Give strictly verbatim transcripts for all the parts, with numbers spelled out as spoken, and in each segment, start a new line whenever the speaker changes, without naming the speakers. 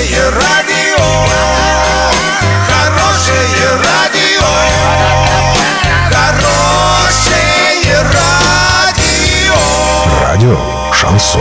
Хорошее радио, хорошее радио, хорошее радио.
Радио Шансон.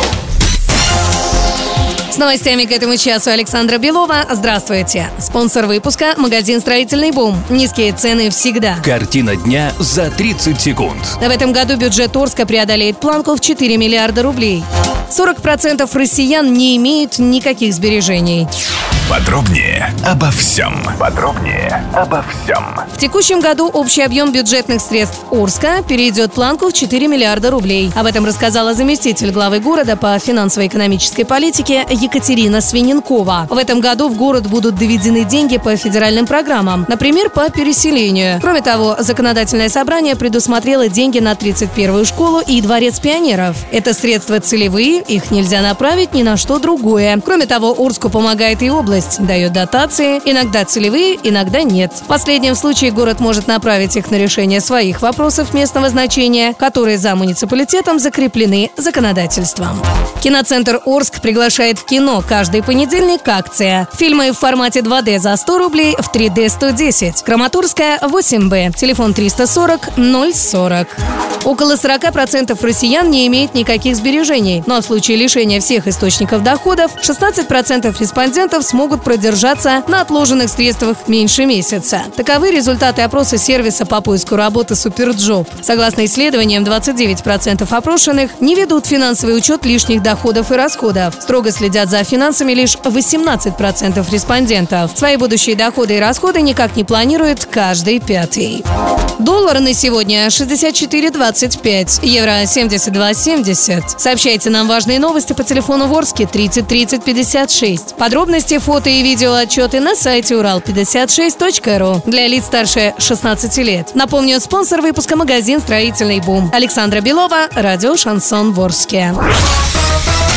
С новостями к этому часу Александра Белова. Здравствуйте. Спонсор выпуска – магазин «Строительный бум». Низкие цены всегда.
Картина дня за тридцать секунд.
В этом году бюджет Орска преодолеет планку в четыре миллиарда рублей. сорок процентов россиян не имеют никаких сбережений.
Подробнее обо всем. Подробнее обо всем.
В текущем году общий объем бюджетных средств Орска перейдет планку в четыре миллиарда рублей. Об этом рассказала заместитель главы города по финансово-экономической политике Екатерина Свиненкова. В этом году в город будут доведены деньги по федеральным программам, например, по переселению. Кроме того, законодательное собрание предусмотрело деньги на тридцать первую школу и дворец пионеров. Это средства целевые, их нельзя направить ни на что другое. Кроме того, Орску помогает и область. Дает дотации, иногда целевые, иногда нет. В последнем случае город может направить их на решение своих вопросов местного значения, которые за муниципалитетом закреплены законодательством. Киноцентр Орск приглашает в кино каждый понедельник акция. Фильмы в формате два дэ за сто рублей, в три дэ сто десять. Краматорская, восемь бэ. Телефон триста сорок ноль сорок. Около сорок процентов россиян не имеет никаких сбережений. Но в случае лишения всех источников доходов шестнадцать процентов респондентов смогут продержаться на отложенных средствах меньше месяца. Таковы результаты опроса сервиса по поиску работы Суперджоп. Согласно исследованиям, двадцать девять процентов опрошенных не ведут финансовый учет лишних доходов и расходов. Строго следят за финансами лишь восемнадцать процентов респондентов. Свои будущие доходы и расходы никак не планирует каждый пятый. Доллар на сегодня шестьдесят четыре двадцать пять, евро семьдесят два семьдесят. Сообщайте нам важные новости по телефону в Орске тридцать тридцать пятьдесят шесть. Подробности, фото и видео отчеты на сайте урал пятьдесят шесть точка ру для лиц старше шестнадцати лет. Напомню, спонсор выпуска — магазин «Строительный бум». Александра Белова, радио «Шансон» в Орске.